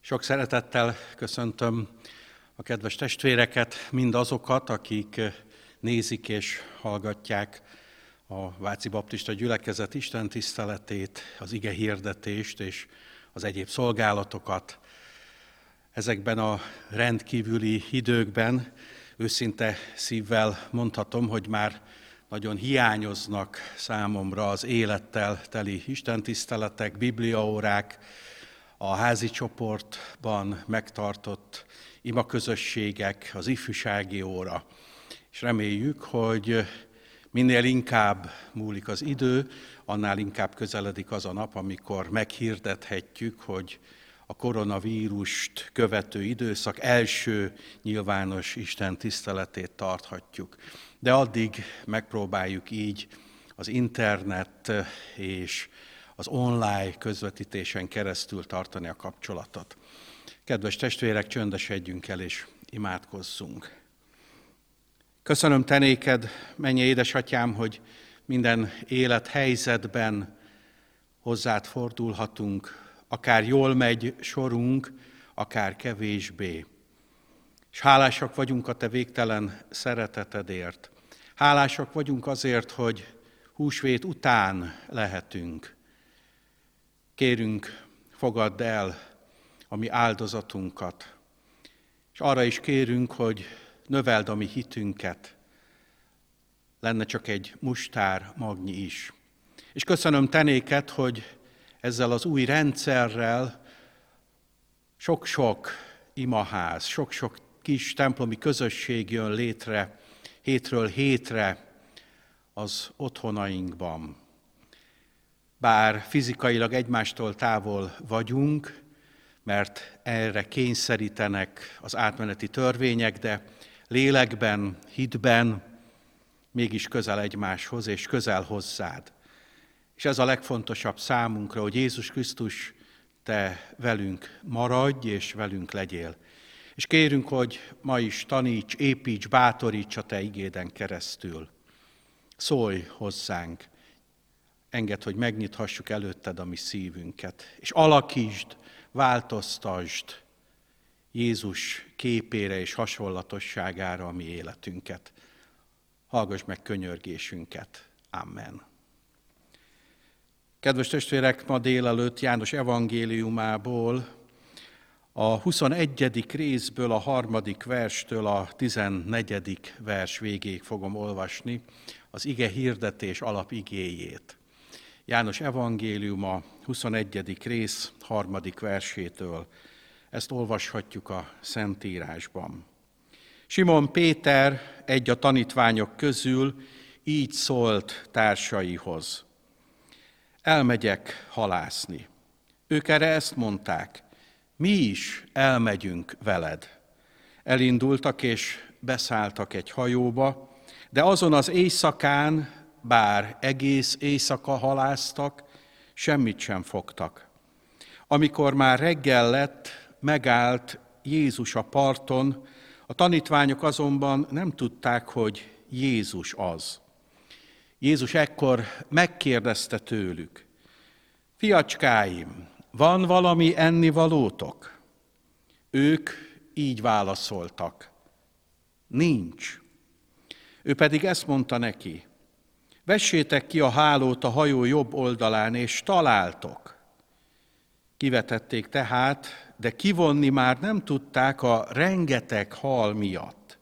Sok szeretettel köszöntöm a kedves testvéreket, mindazokat, akik nézik és hallgatják a Váci Baptista Gyülekezet istentiszteletét, az ige hirdetést és az egyéb szolgálatokat. Ezekben a rendkívüli időkben őszinte szívvel mondhatom, hogy már nagyon hiányoznak számomra az élettel teli istentiszteletek, bibliaórák, a házi csoportban megtartott imaközösségek, az ifjúsági óra. És reméljük, hogy minél inkább múlik az idő, annál inkább közeledik az a nap, amikor meghirdethetjük, hogy a koronavírust követő időszak első nyilvános istentiszteletét tarthatjuk. De addig megpróbáljuk így az internet és az online közvetítésen keresztül tartani a kapcsolatot. Kedves testvérek, csöndesedjünk el és imádkozzunk. Köszönöm te néked, mennyei édesatyám, hogy minden élethelyzetben hozzád fordulhatunk, akár jól megy sorunk, akár kevésbé. És hálásak vagyunk a te végtelen szeretetedért. Hálásak vagyunk azért, hogy húsvét után lehetünk. Kérünk, fogadd el a mi áldozatunkat, és arra is kérünk, hogy növeld a mi hitünket, lenne csak egy mustár magnyi is. És köszönöm te néked, hogy ezzel az új rendszerrel sok-sok imaház, sok-sok kis templomi közösség jön létre hétről hétre az otthonainkban. Bár fizikailag egymástól távol vagyunk, mert erre kényszerítenek az átmeneti törvények, de lélekben, hitben mégis közel egymáshoz és közel hozzád. És ez a legfontosabb számunkra, hogy Jézus Krisztus, te velünk maradj és velünk legyél. És kérünk, hogy ma is taníts, építs, bátoríts a te igéden keresztül. Szólj hozzánk, engedd, hogy megnyithassuk előtted a mi szívünket, és alakítsd, változtasd Jézus képére és hasonlatosságára a mi életünket. Hallgass meg könyörgésünket. Amen. Kedves testvérek, ma délelőtt János evangéliumából, a 21. részből a 3. verstől a 14. vers végéig fogom olvasni az ige hirdetés alapigéjét. János evangéliuma 21. rész 3. versétől. Ezt olvashatjuk a Szentírásban. Simon Péter, egy a tanítványok közül, így szólt társaihoz. Elmegyek halászni. Ők erre ezt mondták. Mi is elmegyünk veled. Elindultak és beszálltak egy hajóba, de azon az éjszakán, bár egész éjszaka halásztak, semmit sem fogtak. Amikor már reggel lett, megállt Jézus a parton, a tanítványok azonban nem tudták, hogy Jézus az. Jézus ekkor megkérdezte tőlük, fiacskáim, van valami ennivalótok? Ők így válaszoltak, nincs. Ő pedig ezt mondta neki, vessétek ki a hálót a hajó jobb oldalán, és találtok. Kivetették tehát, de kivonni már nem tudták a rengeteg hal miatt.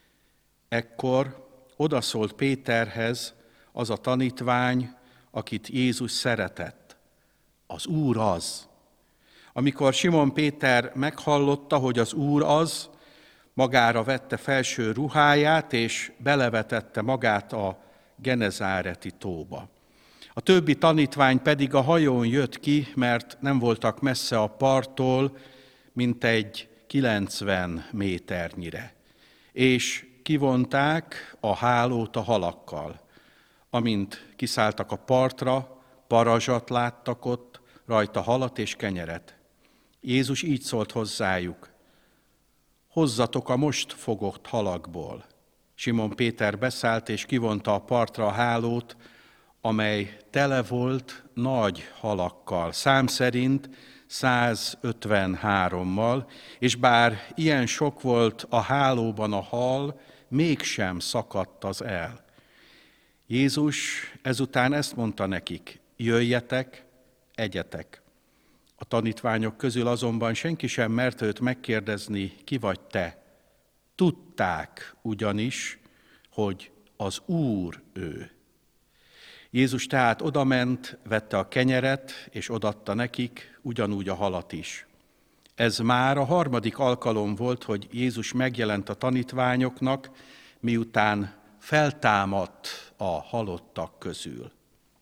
Ekkor odaszólt Péterhez az a tanítvány, akit Jézus szeretett. Az Úr az. Amikor Simon Péter meghallotta, hogy az Úr az, magára vette felső ruháját, és belevetette magát a Genezáreti tóba. A többi tanítvány pedig a hajón jött ki, mert nem voltak messze a parttól, mintegy 90 méternyire. És kivonták a hálót a halakkal. Amint kiszálltak a partra, parazsat láttak ott, rajta halat és kenyeret. Jézus így szólt hozzájuk, hozzatok a most fogott halakból. Simon Péter beszállt és kivonta a partra a hálót, amely tele volt nagy halakkal, szám szerint 153-mal, és bár ilyen sok volt a hálóban a hal, mégsem szakadt az el. Jézus ezután ezt mondta nekik: jöjjetek, egyetek. A tanítványok közül azonban senki sem merte őt megkérdezni: ki vagy te? Tudták ugyanis, hogy az Úr ő. Jézus tehát odament, vette a kenyeret, és odaadta nekik, ugyanúgy a halat is. Ez már a harmadik alkalom volt, hogy Jézus megjelent a tanítványoknak, miután feltámadt a halottak közül.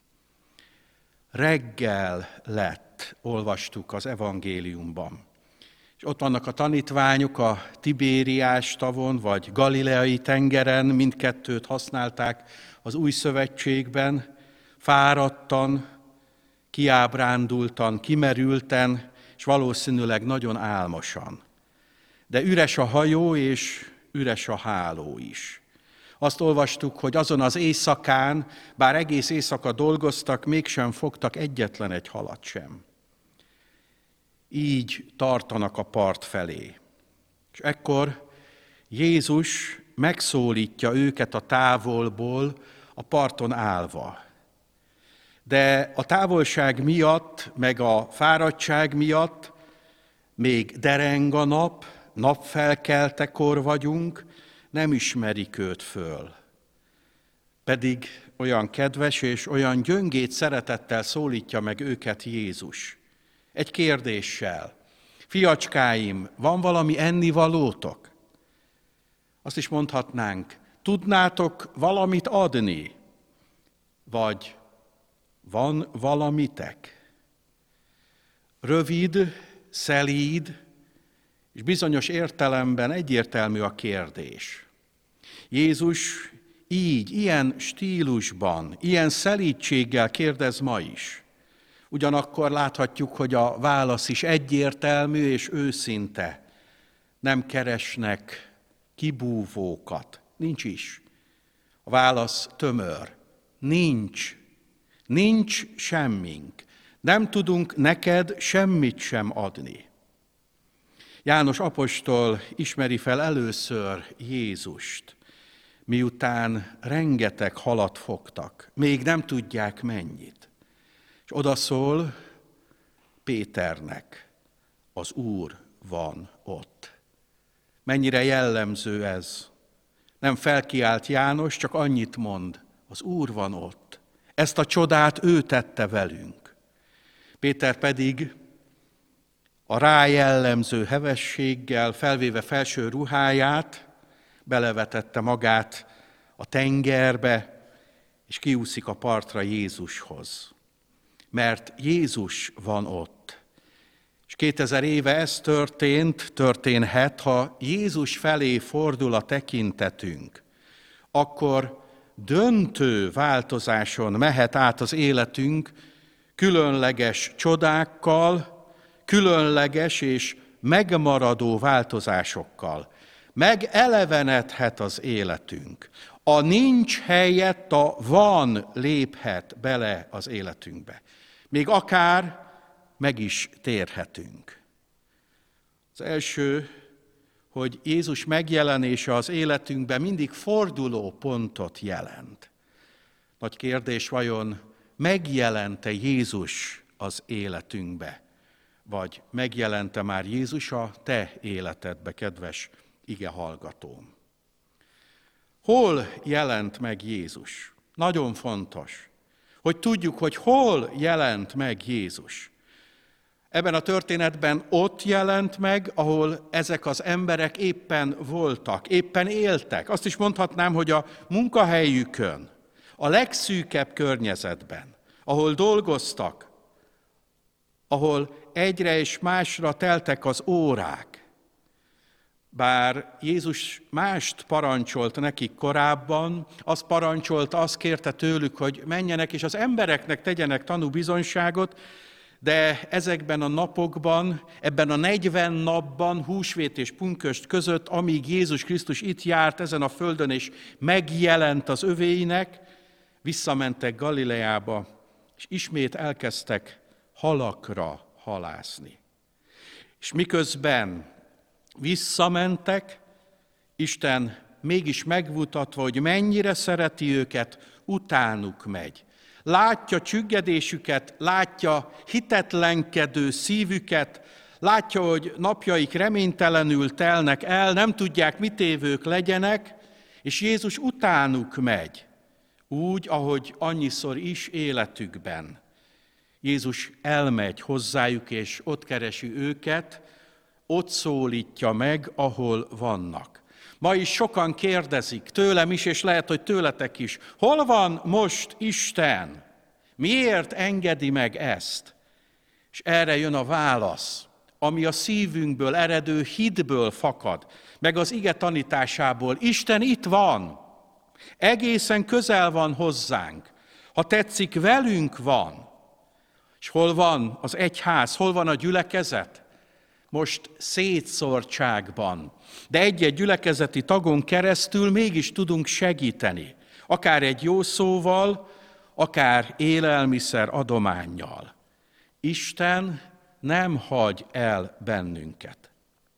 Reggel lett, olvastuk az evangéliumban. És ott vannak a tanítványok a Tibériás tavon, vagy Galileai tengeren, mindkettőt használták az Új Szövetségben, fáradtan, kiábrándultan, kimerülten, és valószínűleg nagyon álmosan. De üres a hajó, és üres a háló is. Azt olvastuk, hogy azon az éjszakán, bár egész éjszaka dolgoztak, mégsem fogtak egyetlen egy halat sem. Így tartanak a part felé. És ekkor Jézus megszólítja őket a távolból, a parton állva. De a távolság miatt, meg a fáradtság miatt még dereng a nap, napfelkeltekor vagyunk, nem ismerik őt föl. Pedig olyan kedves és olyan gyöngét szeretettel szólítja meg őket Jézus. Egy kérdéssel: fiacskáim, van valami ennivalótok? Azt is mondhatnánk: tudnátok valamit adni? Vagy van valamitek? Rövid, szelíd, és bizonyos értelemben egyértelmű a kérdés. Jézus így, ilyen stílusban, ilyen szelídséggel kérdez ma is. Ugyanakkor láthatjuk, hogy a válasz is egyértelmű és őszinte. Nem keresnek kibúvókat. Nincs is. A válasz tömör. Nincs semmink. Nem tudunk neked semmit sem adni. János apostol ismeri fel először Jézust, miután rengeteg halat fogtak, még nem tudják mennyit. És odaszól Péternek: az Úr van ott. Mennyire jellemző ez. Nem felkiált János, csak annyit mond: az Úr van ott. Ezt a csodát ő tette velünk. Péter pedig a rá jellemző hevességgel, felvéve felső ruháját, belevetette magát a tengerbe, és kiúszik a partra Jézushoz. Mert Jézus van ott. És 2000 éve ez történhet, ha Jézus felé fordul a tekintetünk, akkor döntő változáson mehet át az életünk, különleges csodákkal, különleges és megmaradó változásokkal. Megelevenedhet az életünk. A nincs helyett a van léphet bele az életünkbe. Még akár meg is térhetünk. Az első, hogy Jézus megjelenése az életünkben mindig forduló pontot jelent. Nagy kérdés, vajon megjelente Jézus az életünkbe? Vagy megjelente már Jézus a te életedbe, kedves igehallgatóm? Hol jelent meg Jézus? Nagyon fontos, hogy tudjuk, hogy hol jelent meg Jézus. Ebben a történetben ott jelent meg, ahol ezek az emberek éppen voltak, éppen éltek. Azt is mondhatnám, hogy a munkahelyükön, a legszűkebb környezetben, ahol dolgoztak, ahol egyre és másra teltek az órák. Bár Jézus mást parancsolt nekik korábban, azt kérte tőlük, hogy menjenek és az embereknek tegyenek tanúbizonyságot, de ezekben a napokban, ebben a 40 napban, húsvét és pünkösd között, amíg Jézus Krisztus itt járt ezen a földön és megjelent az övéinek, visszamentek Galileába, és ismét elkezdtek halakra halászni. És miközben visszamentek, Isten mégis megmutatva, hogy mennyire szereti őket, utánuk megy. Látja csüggedésüket, látja hitetlenkedő szívüket, látja, hogy napjaik reménytelenül telnek el, nem tudják, mit évők legyenek, és Jézus utánuk megy, úgy, ahogy annyiszor is életükben. Jézus elmegy hozzájuk, és ott keresi őket, ott szólítja meg, ahol vannak. Ma is sokan kérdezik, tőlem is, és lehet, hogy tőletek is, hol van most Isten? Miért engedi meg ezt? És erre jön a válasz, ami a szívünkből eredő hitből fakad, meg az ige tanításából. Isten itt van, egészen közel van hozzánk. Ha tetszik, velünk van. És hol van az egyház, hol van a gyülekezet? Most szétszórtságban, de egy-egy gyülekezeti tagon keresztül mégis tudunk segíteni, akár egy jó szóval, akár élelmiszer adománnyal. Isten nem hagy el bennünket.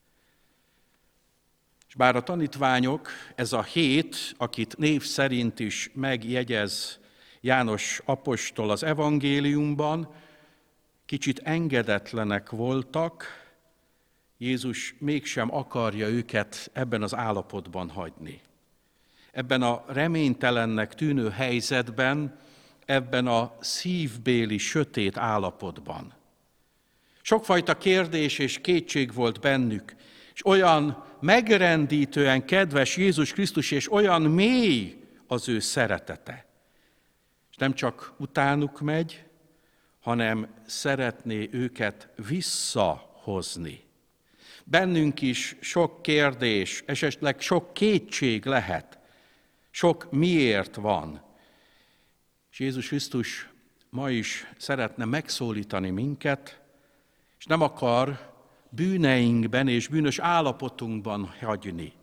És bár a tanítványok, ez a 7, akit név szerint is megjegyez János apostol az evangéliumban, kicsit engedetlenek voltak, Jézus mégsem akarja őket ebben az állapotban hagyni. Ebben a reménytelennek tűnő helyzetben, ebben a szívbéli sötét állapotban. Sokfajta kérdés és kétség volt bennük, és olyan megrendítően kedves Jézus Krisztus, és olyan mély az ő szeretete. És nem csak utánuk megy, hanem szeretné őket visszahozni. Bennünk is sok kérdés, esetleg sok kétség lehet, sok miért van. És Jézus Krisztus ma is szeretne megszólítani minket, és nem akar bűneinkben és bűnös állapotunkban hagyni,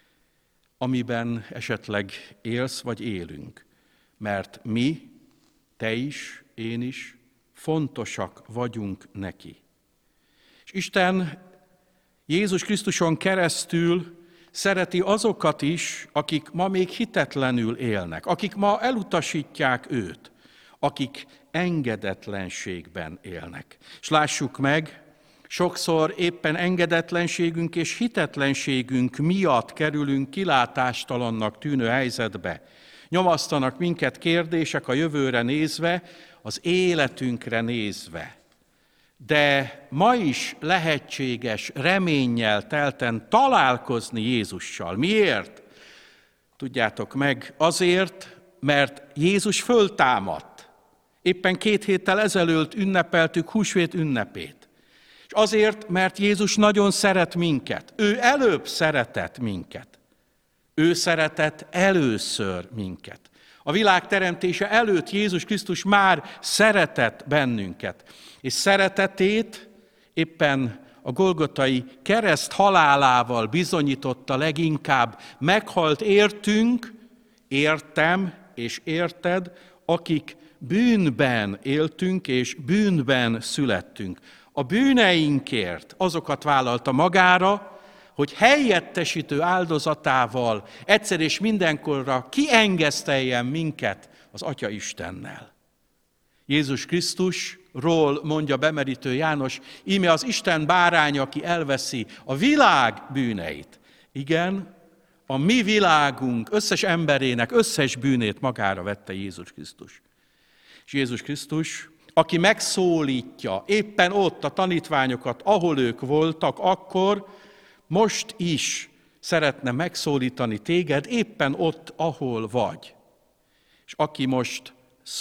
amiben esetleg élsz vagy élünk. Mert mi, te is, én is fontosak vagyunk neki. És Isten Jézus Krisztuson keresztül szereti azokat is, akik ma még hitetlenül élnek, akik ma elutasítják őt, akik engedetlenségben élnek. És lássuk meg, sokszor éppen engedetlenségünk és hitetlenségünk miatt kerülünk kilátástalannak tűnő helyzetbe. Nyomasztanak minket kérdések a jövőre nézve, az életünkre nézve. De ma is lehetséges reménnyel telten találkozni Jézussal. Miért? Tudjátok meg, azért, mert Jézus föltámadt. Éppen 2 héttel ezelőtt ünnepeltük húsvét ünnepét. És azért, mert Jézus nagyon szeret minket. Ő előbb szeretett minket. Ő szeretett először minket. A világ teremtése előtt Jézus Krisztus már szeretett bennünket. És szeretetét éppen a golgotai kereszt halálával bizonyította leginkább. Meghalt értünk, értem és érted, akik bűnben éltünk és bűnben születtünk. A bűneinkért azokat vállalta magára, hogy helyettesítő áldozatával egyszer és mindenkorra kiengeszteljen minket az Atya Istennel. Jézus Krisztusról mondja bemerítő János, íme az Isten báránya, aki elveszi a világ bűneit. Igen, a mi világunk összes emberének összes bűnét magára vette Jézus Krisztus. És Jézus Krisztus, aki megszólítja éppen ott a tanítványokat, ahol ők voltak, akkor most is szeretne megszólítani téged éppen ott, ahol vagy. És aki most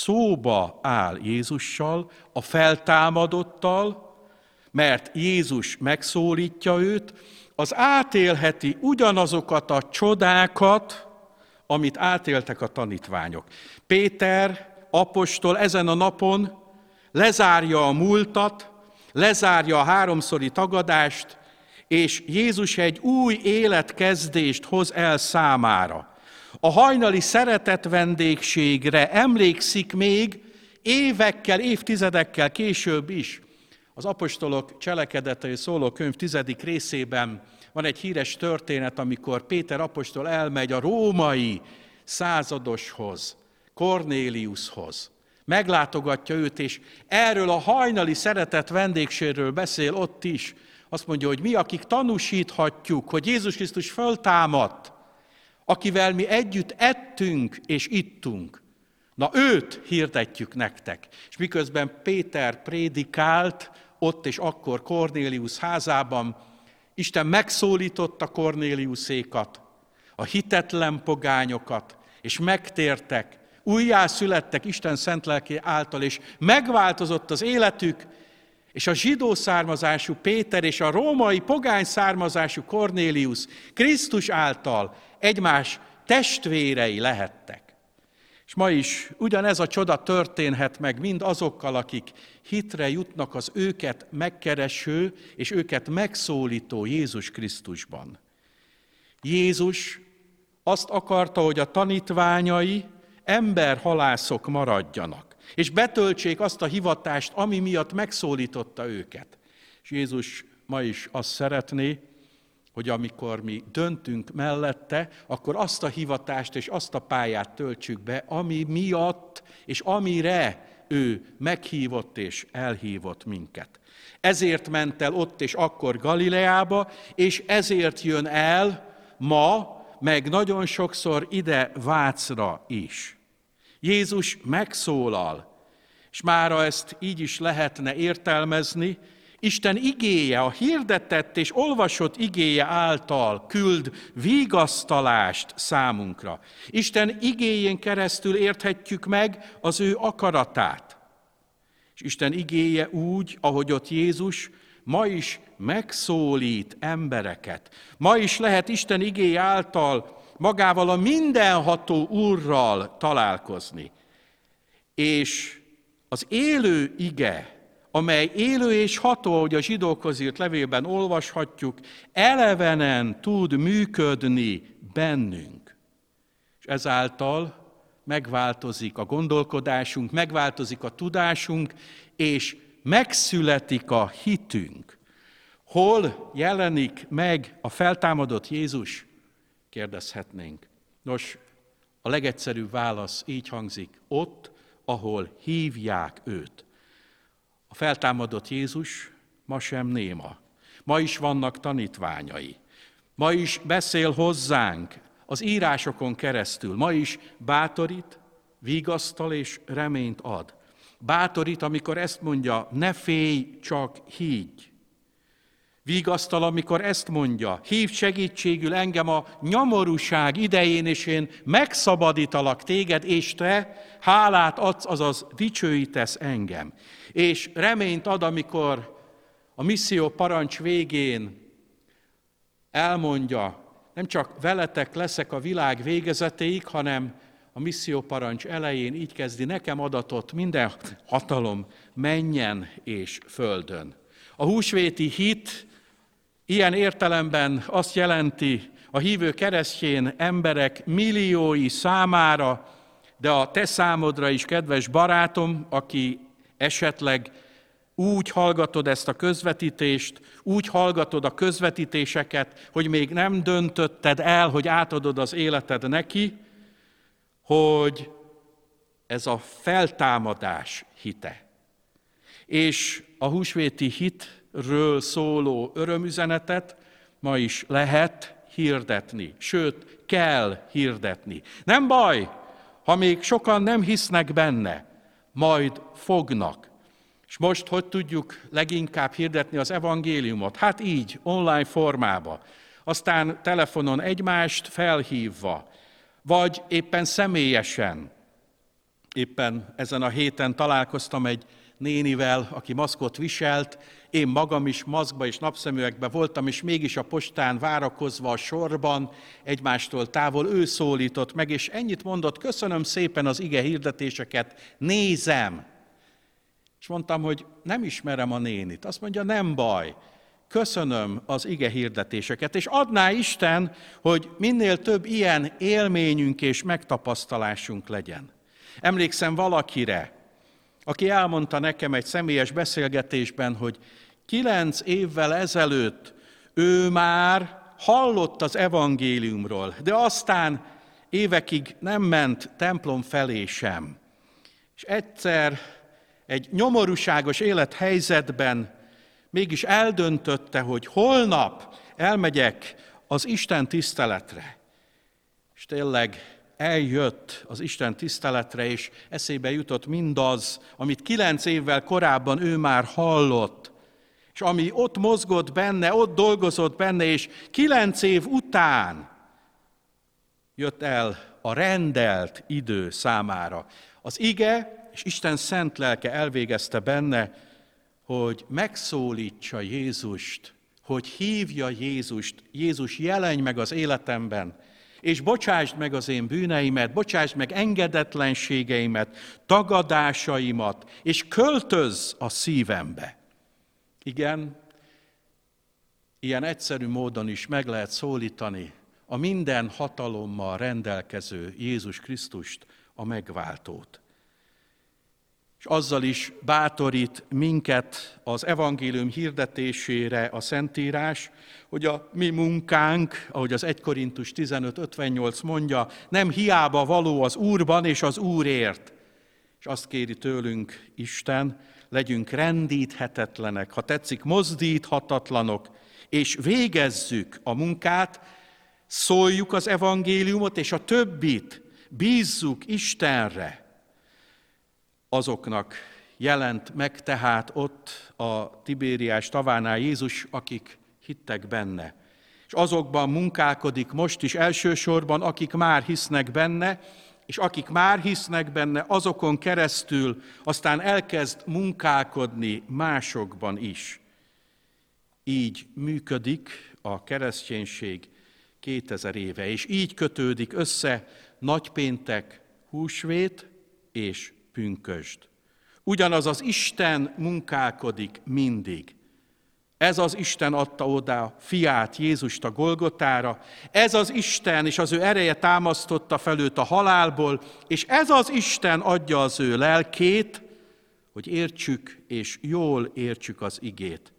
szóba áll Jézussal, a feltámadottal, mert Jézus megszólítja őt, az átélheti ugyanazokat a csodákat, amit átéltek a tanítványok. Péter apostol ezen a napon lezárja a múltat, lezárja a 3-szori tagadást, és Jézus egy új életkezdést hoz el számára. A hajnali szeretet vendégségre emlékszik még évekkel, évtizedekkel később is Az apostolok cselekedetei szóló könyv 10. részében van egy híres történet, amikor Péter apostol elmegy a római századoshoz, Kornéliushoz. Meglátogatja őt, és erről a hajnali szeretett vendégségről beszél ott is. Azt mondja, hogy mi, akik tanúsíthatjuk, hogy Jézus Krisztus föltámadt, akivel mi együtt ettünk és ittunk. Na őt hirdetjük nektek. És miközben Péter prédikált ott és akkor Kornélius házában, Isten megszólította Kornéliusékat, a hitetlen pogányokat, és megtértek, újjászülettek Isten szent lelké által, és megváltozott az életük, és a zsidó származású Péter és a római pogány származású Kornélius Krisztus által egymás testvérei lehettek. És ma is ugyanez a csoda történhet meg mind azokkal, akik hitre jutnak az őket megkereső és őket megszólító Jézus Krisztusban. Jézus azt akarta, hogy a tanítványai emberhalászok maradjanak, és betöltsék azt a hivatást, ami miatt megszólította őket. És Jézus ma is azt szeretné, hogy amikor mi döntünk mellette, akkor azt a hivatást és azt a pályát töltsük be, ami miatt és amire ő meghívott és elhívott minket. Ezért ment el ott és akkor Galileába, és ezért jön el ma, meg nagyon sokszor ide Vácra is. Jézus megszólal, és mára ezt így is lehetne értelmezni, Isten igéje, a hirdetett és olvasott igéje által küld vigasztalást számunkra. Isten igéjén keresztül érthetjük meg az ő akaratát. És Isten igéje úgy, ahogy ott Jézus, ma is megszólít embereket. Ma is lehet Isten igéje által magával a mindenható Úrral találkozni. És az élő ige, amely élő és ható, ahogy a zsidókhoz írt levélben olvashatjuk, elevenen tud működni bennünk. És ezáltal megváltozik a gondolkodásunk, megváltozik a tudásunk, és megszületik a hitünk. Hol jelenik meg a feltámadott Jézus? Kérdezhetnénk. Nos, a legegyszerűbb válasz így hangzik, ott, ahol hívják őt. A feltámadott Jézus ma sem néma. Ma is vannak tanítványai. Ma is beszél hozzánk az írásokon keresztül. Ma is bátorít, vigasztal és reményt ad. Bátorít, amikor ezt mondja, ne félj, csak higgy. Vigasztal, amikor ezt mondja, hívd segítségül engem a nyomorúság idején, és én megszabadítalak téged, és te hálát adsz, azaz dicsőítesz engem. És reményt ad, amikor a misszió parancs végén elmondja, nem csak veletek leszek a világ végezetéig, hanem a misszió parancs elején így kezdi, nekem adatott minden hatalom mennyen és földön. A húsvéti hit ilyen értelemben azt jelenti a hívő keresztény emberek milliói számára, de a te számodra is, kedves barátom, aki esetleg úgy hallgatod ezt a közvetítést, úgy hallgatod a közvetítéseket, hogy még nem döntötted el, hogy átadod az életed neki, hogy ez a feltámadás hite. És a húsvéti hitről szóló örömüzenetet ma is lehet hirdetni, sőt, kell hirdetni. Nem baj, ha még sokan nem hisznek benne, majd fognak. És most hogy tudjuk leginkább hirdetni az evangéliumot? Hát így, online formába. Aztán telefonon egymást felhívva, vagy éppen személyesen. Éppen ezen a héten találkoztam egy nénivel, aki maszkot viselt, én magam is maszkba és napszemüvegbe voltam, és mégis a postán várakozva a sorban, egymástól távol, ő szólított meg, és ennyit mondott, köszönöm szépen az ige hirdetéseket, nézem. És mondtam, hogy nem ismerem a nénit. Azt mondja, nem baj, köszönöm az ige hirdetéseket, és adná Isten, hogy minél több ilyen élményünk és megtapasztalásunk legyen. Emlékszem valakire, aki elmondta nekem egy személyes beszélgetésben, hogy 9 évvel ezelőtt ő már hallott az evangéliumról, de aztán évekig nem ment templom felé sem. És egyszer egy nyomorúságos élethelyzetben mégis eldöntötte, hogy holnap elmegyek az Isten tiszteletre. És tényleg eljött az Isten tiszteletre, és eszébe jutott mindaz, amit 9 évvel korábban ő már hallott, és ami ott mozgott benne, ott dolgozott benne, és 9 év után jött el a rendelt idő számára. Az ige és Isten szent lelke elvégezte benne, hogy megszólítsa Jézust, hogy hívja Jézust, Jézus jelenj meg az életemben, és bocsásd meg az én bűneimet, bocsásd meg engedetlenségeimet, tagadásaimat, és költözz a szívembe. Igen, ilyen egyszerű módon is meg lehet szólítani a minden hatalommal rendelkező Jézus Krisztust, a megváltót. És azzal is bátorít minket az evangélium hirdetésére a Szentírás, hogy a mi munkánk, ahogy az 1 Korintus 15:58 mondja, nem hiába való az Úrban és az Úrért. És azt kéri tőlünk Isten, legyünk rendíthetetlenek, ha tetszik, mozdíthatatlanok, és végezzük a munkát, szóljuk az evangéliumot, és a többit bízzuk Istenre. Azoknak jelent meg tehát ott a Tibériás tavánál Jézus, akik hittek benne. És azokban munkálkodik most is elsősorban, akik már hisznek benne, és akik már hisznek benne, azokon keresztül aztán elkezd munkálkodni másokban is. Így működik a kereszténység 2000 éve, és így kötődik össze nagypéntek, húsvét és pünkösd. Ugyanaz az Isten munkálkodik mindig. Ez az Isten adta oda fiát, Jézust a Golgotára, ez az Isten és az ő ereje támasztotta fel őt a halálból, és ez az Isten adja az ő lelkét, hogy értsük és jól értsük az igét.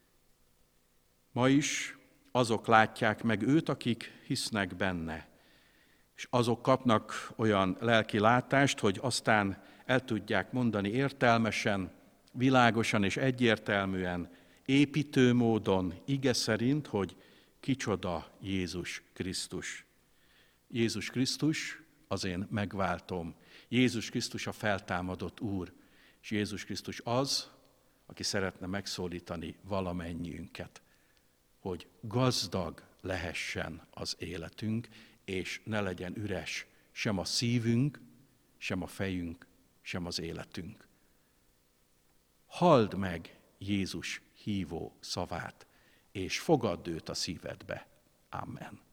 Ma is azok látják meg őt, akik hisznek benne, és azok kapnak olyan lelki látást, hogy aztán el tudják mondani értelmesen, világosan és egyértelműen, építő módon, ige szerint, hogy kicsoda Jézus Krisztus. Jézus Krisztus az én megváltom. Jézus Krisztus a feltámadott Úr. És Jézus Krisztus az, aki szeretne megszólítani valamennyiünket, hogy gazdag lehessen az életünk, és ne legyen üres sem a szívünk, sem a fejünk, sem az életünk. Halld meg Jézus hívó szavát, és fogadd őt a szívedbe. Amen.